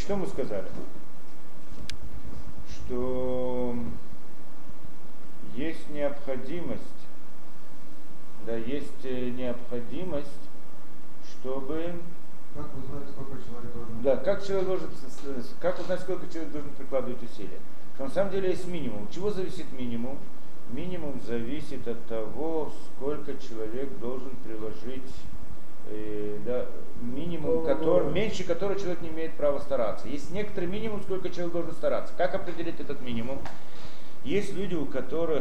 что мы сказали? Что есть необходимость, да, есть необходимость, чтобы... Как узнать, сколько человек должен... Да, как узнать, сколько человек должен прикладывать усилия? Что на самом деле есть минимум. От чего зависит минимум? Минимум зависит от того, сколько человек должен приложить, да, минимум, меньше которого человек не имеет права стараться. Есть некоторый минимум, сколько человек должен стараться. Как определить этот минимум? Есть люди, у которых,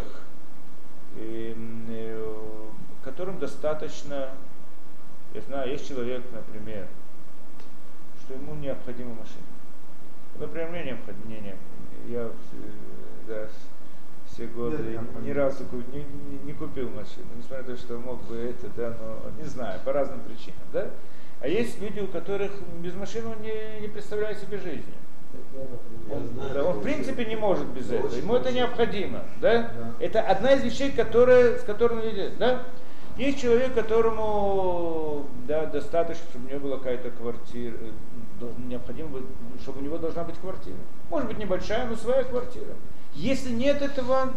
которым достаточно, я знаю, есть человек, например, что ему необходима машина. Например, мне необходимо, я да, все годы ни разу не купил машину, несмотря на то, что мог бы это, да, но не знаю, по разным причинам, да. А есть люди, у которых без машины он не представляет себе жизни. Он в принципе не может без этого, ему это необходимо, да? Это одна из вещей, с которой он идет, да? Есть человек, которому, да, достаточно, чтобы у него была какая-то квартира, необходимо, чтобы у него должна быть квартира. Может быть небольшая, но своя квартира. Если нет этого,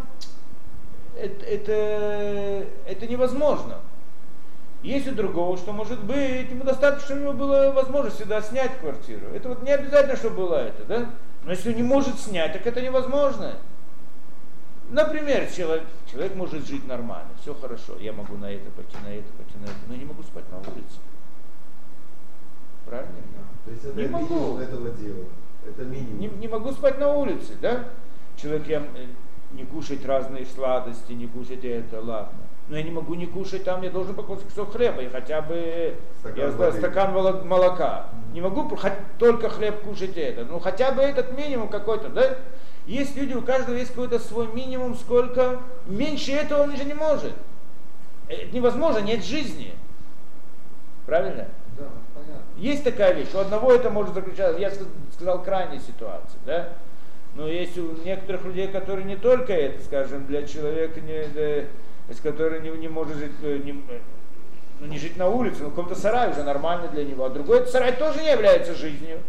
это невозможно. Есть у другого, что может быть, ему достаточно, чтобы у него была возможность всегда снять квартиру. Это вот не обязательно, чтобы было это, да? Но если он не может снять, так это невозможно. Например, человек может жить нормально, все хорошо, я могу на это пойти, на это, но я не могу спать на улице. Правильно? То есть это не минимум могу. Этого дела. Это минимум. Не могу спать на улице, да? Человек, не кушать разные сладости, не кушать это, ладно. Но я не могу не кушать там, я должен покушать кусок хлеба и хотя бы стакан молока. Не могу только хлеб кушать это, ну хотя бы этот минимум какой-то, да? Есть люди, у каждого есть какой-то свой минимум, сколько, меньше этого он уже не может. Это невозможно, нет жизни. Правильно? Да, понятно. Есть такая вещь, у одного это может заключаться, я сказал, крайней ситуации, да? Но есть у некоторых людей, которые не только это, скажем, для человека, который не может жить, не жить на улице, но в каком-то сарае уже нормально для него, а другой этот сарай тоже не является жизнью.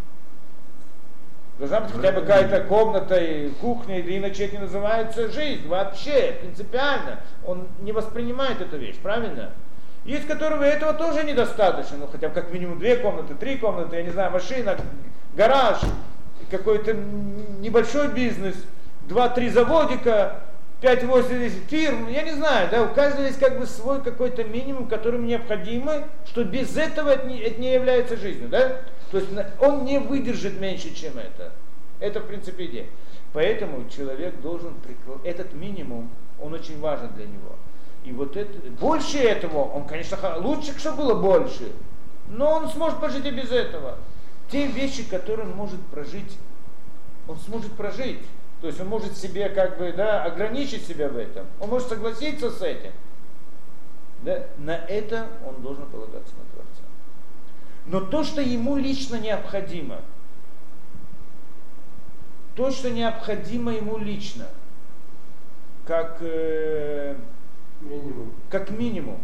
Должна быть хотя бы какая-то комната и кухня, иначе это не называется жизнь вообще, принципиально. Он не воспринимает эту вещь, правильно? Есть, которого этого тоже недостаточно, ну хотя бы как минимум 2 комнаты, 3 комнаты, я не знаю, машина, гараж, какой-то небольшой бизнес, 2-3 заводика, 5-8 фирм, я не знаю, да, у каждого есть как бы свой какой-то минимум, которым необходимо, что без этого это не является жизнью, да? То есть он не выдержит меньше, чем это. Это в принципе идея. Поэтому человек должен этот минимум, он очень важен для него. И вот это, больше этого, он, конечно, лучше, чтобы было больше, но он сможет прожить и без этого. Те вещи, которые он может прожить, он сможет прожить. То есть он может себе как бы, да, ограничить себя в этом. Он может согласиться с этим. Да? На это он должен полагаться на Творца. Но то, что ему лично необходимо, то, что необходимо ему лично, как минимум,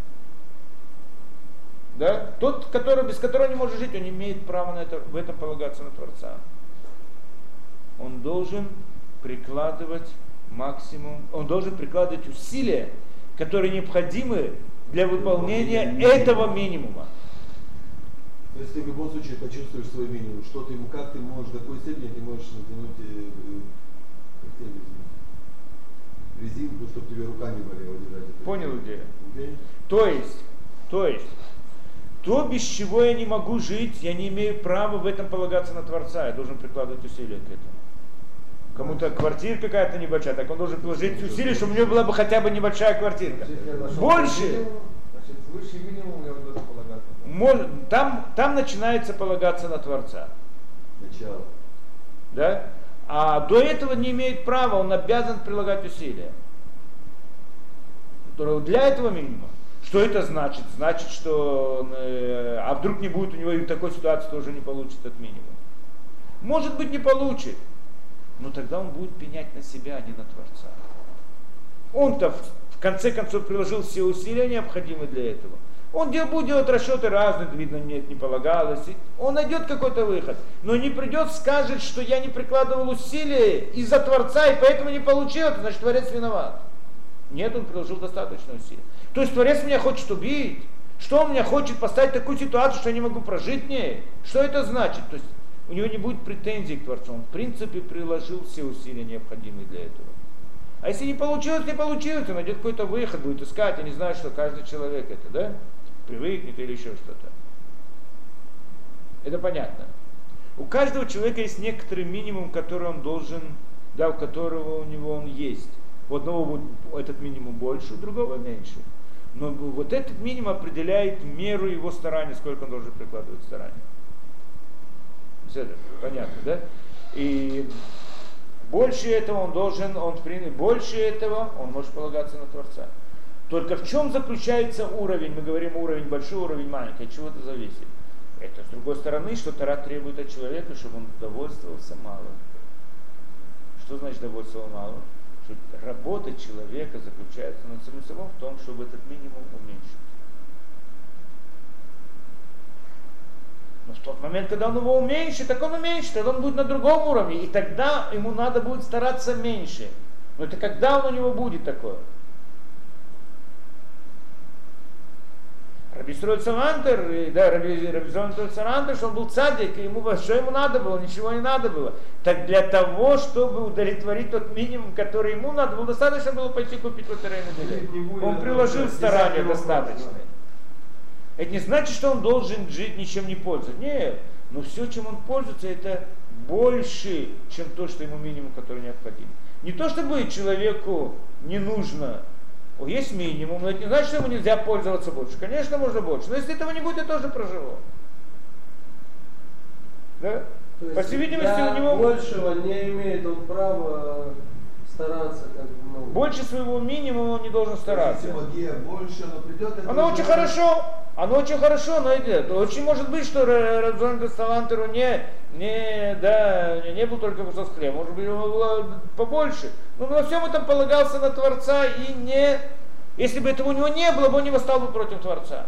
да? Тот, без которого не может жить, он имеет право в этом полагаться на Творца. Он должен прикладывать максимум, он должен прикладывать усилия, которые необходимы для выполнения этого минимума. То есть ты в любом случае почувствуешь свой минимум, что ты ему, как ты можешь, до какой степени ты можешь натянуть резинку, чтобы тебе рука не болела держать это. Понял идею? Okay? То есть, то, без чего я не могу жить, я не имею права в этом полагаться на Творца, я должен прикладывать усилия к этому. Кому-то квартира какая-то небольшая, так он должен приложить усилия, чтобы у него была бы хотя бы небольшая квартирка. Больше! Значит, высший минимум я должен полагаться. Там начинается полагаться на Творца. Начало. Да? А до этого не имеет права, он обязан прилагать усилия. Для этого минимума. Что это значит? Значит, что а вдруг не будет у него и такой ситуации, тоже не получит этот минимум. Может быть, не получит. Но тогда он будет пенять на себя, а не на Творца. Он-то в конце концов приложил все усилия, необходимые для этого. Он будет делать расчеты разные, видно, нет, не полагалось. Он найдет какой-то выход. Но не придет, скажет, что я не прикладывал усилия из-за Творца, и поэтому не получилось, значит, Творец виноват. Нет, он приложил достаточно усилий. То есть Творец меня хочет убить. Что он меня хочет поставить в такую ситуацию, что я не могу прожить в ней? Что это значит? То есть у него не будет претензий к Творцу. Он в принципе приложил все усилия, необходимые для этого. А если не получилось, он найдет какой-то выход, будет искать. Я не знаю, что каждый человек это, да? Привыкнет или еще что-то. Это понятно. У каждого человека есть некоторый минимум, который он должен, да, у которого у него он есть. У одного будет этот минимум больше, у другого меньше. Но вот этот минимум определяет меру его старания, сколько он должен прикладывать старания. Все это понятно, да? И больше этого он должен, больше этого он может полагаться на Творца. Только в чем заключается уровень? Мы говорим уровень большой, уровень маленький. От чего это зависит? Это с другой стороны, что Тора требует от человека, чтобы он довольствовался малым. Что значит довольствовал малым? Что работа человека заключается над самим собой в том, чтобы этот минимум уменьшить. Но в тот момент, когда он его уменьшит, так он уменьшит, тогда он будет на другом уровне, и тогда ему надо будет стараться меньше. Но это когда он у него будет такое? Раби Исроэль Цалантер, да, Раби Исроэль Цалантер, что он был цадик, и что ему надо было? Ничего не надо было. Так для того, чтобы удовлетворить тот минимум, который ему надо было, достаточно было пойти купить лотерейный билет. Он приложил старания достаточно. Это не значит, что он должен жить, ничем не пользоваться. Нет, но все, чем он пользуется, это больше, чем то, что ему минимум, который необходим. Не то, чтобы человеку не нужно. Есть минимум, но это не значит, что ему нельзя пользоваться больше. Конечно, можно больше, но если этого не будет, я тоже проживу. Да? По всей видимости, у него большего не имеет он права стараться как много. Больше своего минимума он не должен стараться. Больше, оно придет, оно очень хорошо. Оно очень хорошо, но идет. Очень может быть, что Рабзон Талантеру не был только кусок хлеба, может быть, ему было побольше. Но во всем этом полагался на Творца и не. Если бы этого у него не было, он не восстал бы против Творца.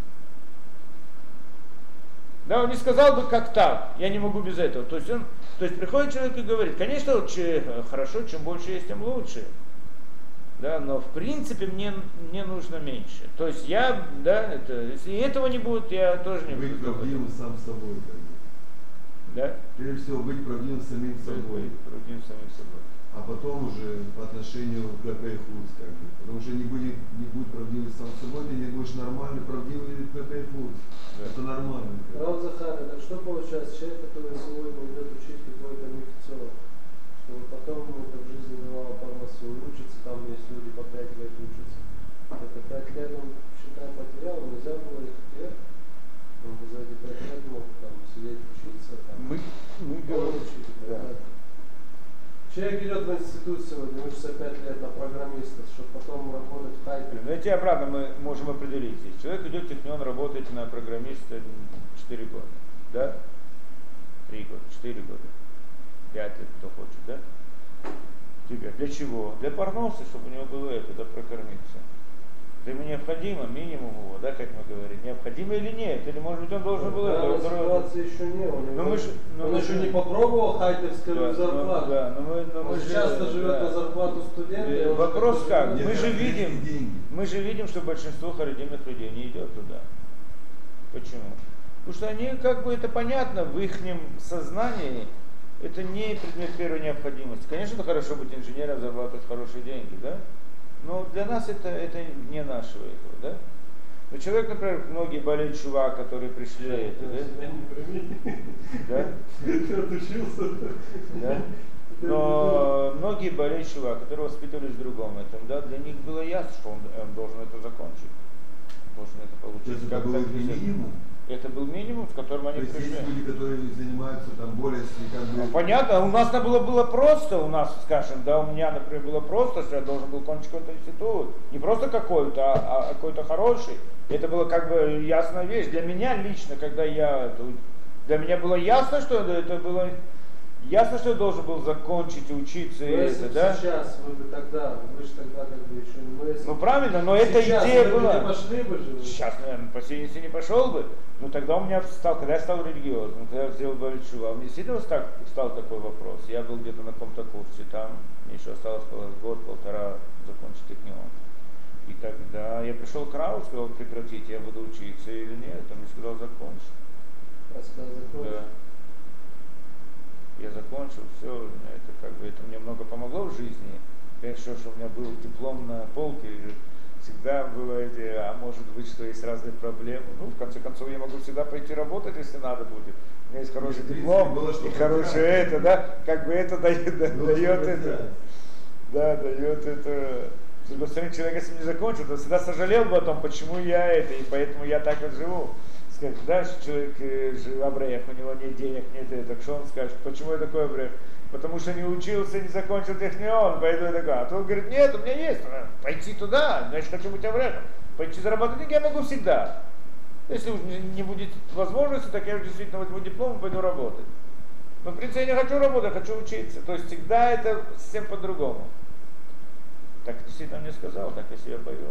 Да, он не сказал бы, как так, я не могу без этого. То есть приходит человек и говорит, конечно, очень хорошо, чем больше есть, тем лучше. Да, но в принципе мне нужно меньше. То есть если этого не будет, я тоже не буду. Быть правдивым сам собой. Да? Прежде всего быть правдивым самим собой. Правдивым самим собой. А потом уже по отношению к Клапейхуц, потому что не будет правдивый сам собой, ты не будешь нормальный, правдивый Клапейхуц. Да. Это нормально. Рав Захар, так что получается, человек, который сегодня идет учить какой-то мифцо, что вот потом ему это в жизни давало парносу, учится, там есть люди по 5 лет учатся. Это 5 лет он, считай, потерял, нельзя было их потерять. Он бы за эти 5 лет мог там сидеть учиться, там, учить. Да. Человек идет в институт сегодня, учится 5 лет на программиста, чтобы потом работать в хайпе. Ну эти обратно мы можем определить здесь. Человек идет в технион работать на программиста 4 года, да? 3 года, 4 года, 5 лет, кто хочет, да? Теперь, для чего? Для парноса, чтобы у него было это, да, прокормиться. Это ему необходимо, минимум его, да, как мы говорим, необходимо или нет, или может быть он должен был это. Ситуации еще не, он еще не попробовал хайтовскую зарплату. Он часто живет на зарплату студента. Вопрос как? Мы же видим, что большинство харидимных людей не идет туда. Почему? Потому что они, как бы это понятно, в их сознании это не предмет первой необходимости. Конечно, это хорошо быть инженером, зарабатывать хорошие деньги, да? Но для нас это не нашего этого, да? Но человек, например, многие болеют чувак, которые пришли, да? Да? Но многие болеют чувак, которые воспитывались в другом этом, да? Для них было ясно, что он должен это закончить, должен это получить. Это был минимум? Это был минимум, в котором они пришли. Есть люди, которые занимаются там более понятно, у нас было просто, скажем, да, у меня, например, было просто, что я должен был кончить какой-то институт. Не просто какой-то, а какой-то хороший. Это было как бы ясная вещь. Для меня лично, для меня было ясно, что это было Ясно, что я должен был закончить учиться и Если это, бы да? сейчас вы бы тогда, вы же тогда как бы еще не мы. Ну правильно, но эта Сейчас идея вы бы была. не пошли бы же. Вы. Сейчас, наверное, по сей день не пошел бы, но тогда у меня когда я стал религиозным, когда я сделал Бальчува, у меня действительно стал такой вопрос. Я был где-то на каком-то курсе, там мне еще осталось год-полтора закончить технион. И тогда я пришел к Рау, сказал, прекратите, я буду учиться или нет, он мне сказал, закончи. Я сказал, закончил. Да. Я закончил, все, это как бы это мне много помогло в жизни. Конечно, что у меня был диплом на полке, всегда было может быть, что есть разные проблемы. Ну, в конце концов, я могу всегда пойти работать, если надо будет. У меня есть хороший диплом было, и хорошее это, да, как бы это дает это. Да, дает это. С другой стороны, человек, если не закончил, то всегда сожалел бы о том, почему я это, и поэтому я так и живу. Скажет, да, человек абрех, у него нет денег, нет этого, что он скажет, почему я такой абрех? Потому что не учился, не закончил технион, пойду и такой. А то он говорит, нет, у меня есть, пойти туда, значит, хочу быть абрехом. Пойти заработать деньги я могу всегда. Если уж не будет возможности, так я уже действительно возьму диплом и пойду работать. Но в принципе я не хочу работать, хочу учиться. То есть всегда это совсем по-другому. Так действительно мне сказал, так я себя повел.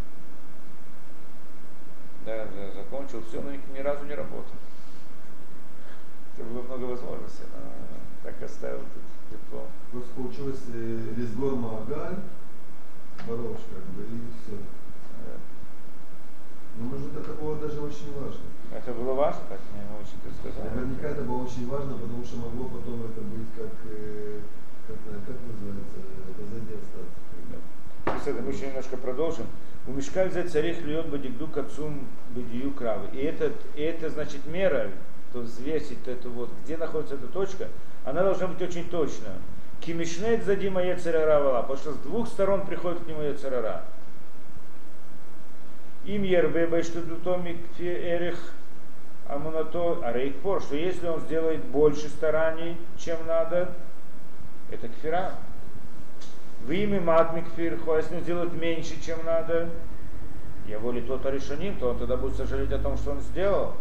Да, закончил все, но ни разу не работал. Это было много возможностей, но так оставил этот диплом. Просто получилось Лисгор Маагаль, Барош, как бы, и все. Но может это было даже очень важно. Это было важно, так мне очень ты сказал. Наверняка это было очень важно, потому что могло потом это быть как называется, это сзади остаться. С этим мы еще немножко продолжим. У Мишкаль за царих льет бадигду кацум бадию кравы. И это значит мера, то взвесить это вот, где находится эта точка, она должна быть очень точна. Кимишнет зади моя царара, потому что с двух сторон приходит к нему яцерара. Им ербеба что дутомик эрих амунато арейкпор, что если он сделает больше стараний, чем надо, это кфира. В имя матмик фирху, а если он сделает меньше, чем надо, я воле тот решеним, то он тогда будет сожалеть о том, что он сделал.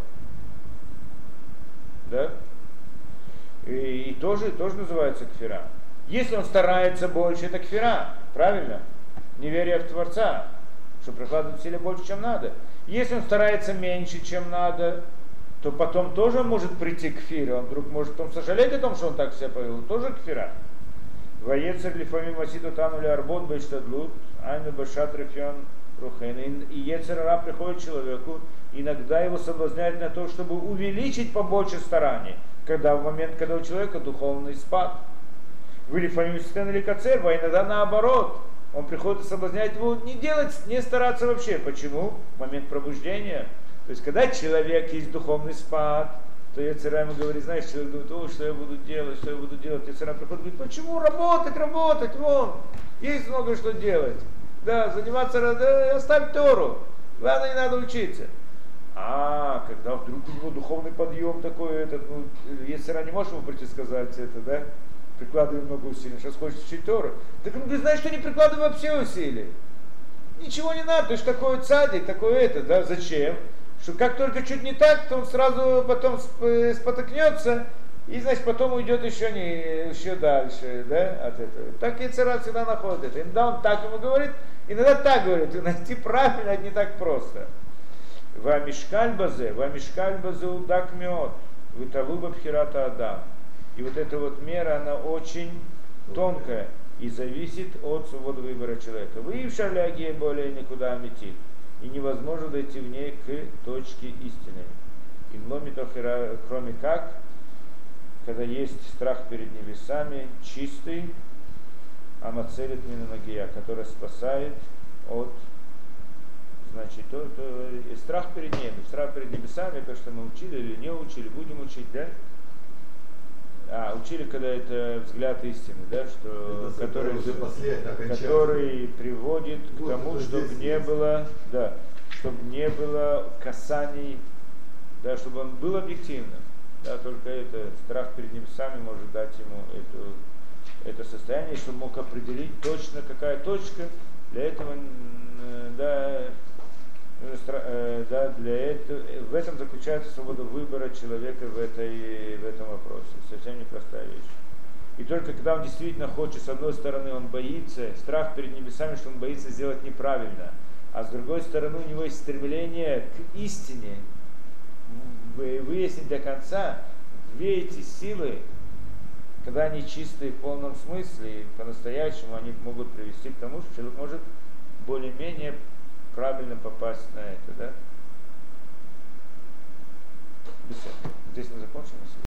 Да? И тоже называется кфира. Если он старается больше, это кфира, правильно? Неверие в Творца, что прикладывает усилия больше, чем надо. Если он старается меньше, чем надо, то потом тоже может прийти к кфире. Он вдруг может потом сожалеть о том, что он так себя повел, тоже кфира. Воецер лифами масиду танули арбот бэштадлут, айну бэшат рефьон рухен. И ецерара приходит человеку, иногда его соблазняет на то, чтобы увеличить побольше стараний, когда в момент, когда у человека духовный спад. Вы лифами стенли кацер, а иногда наоборот. Он приходит и соблазняет его не стараться вообще. Почему? В момент пробуждения. То есть, когда человек есть духовный спад, то Ецер ему говорит, знаешь, человек думает, ой, что я буду делать. Ецер приходит и говорит, почему работать, вон, есть много что делать. Да, заниматься, да, оставь Тору, ладно, не надо учиться. А когда вдруг у него духовный подъем такой, Ецер не можешь ему прийти сказать это, да, прикладывай много усилий, сейчас хочешь учить Тору. Так он говорит, знаешь, что не прикладывай вообще усилий. Ничего не надо, ты же такой цадик, такой да, зачем? Что как только чуть не так, то он сразу потом спотыкнется, и, значит, потом уйдет еще дальше, да, от этого. Так Ецер всегда находит. Иногда он так ему говорит, иногда так говорит, и найти правильно, это не так просто. Вамишкаль базе удак мед, виталуба бхирата адам. И вот эта вот мера, она очень тонкая и зависит от свободы выбора человека. Вы в шарляге более никуда метит. И невозможно дойти в ней к точке истины. Кроме как, когда есть страх перед небесами, чистый, амацелит минанагия, который спасает от, значит, страх перед небом, страх перед небесами, то, что мы учили или не учили, будем учить, да? Учили, когда это взгляд истины, да, что, который приводит к тому, чтобы не было, да, чтобы не было касаний, да, чтобы он был объективным. Да, только это страх перед небесами может дать ему это состояние, чтобы мог определить точно, какая точка. Для этого, да, Да, в этом заключается свобода выбора человека в этом вопросе. Совсем непростая вещь. И только когда он действительно хочет, с одной стороны, он боится, страх перед небесами, что он боится сделать неправильно, а с другой стороны, у него есть стремление к истине, выяснить до конца, две эти силы, когда они чистые в полном смысле, и по-настоящему они могут привести к тому, что человек может более-менее правильно попасть на это, да? Здесь мы закончим.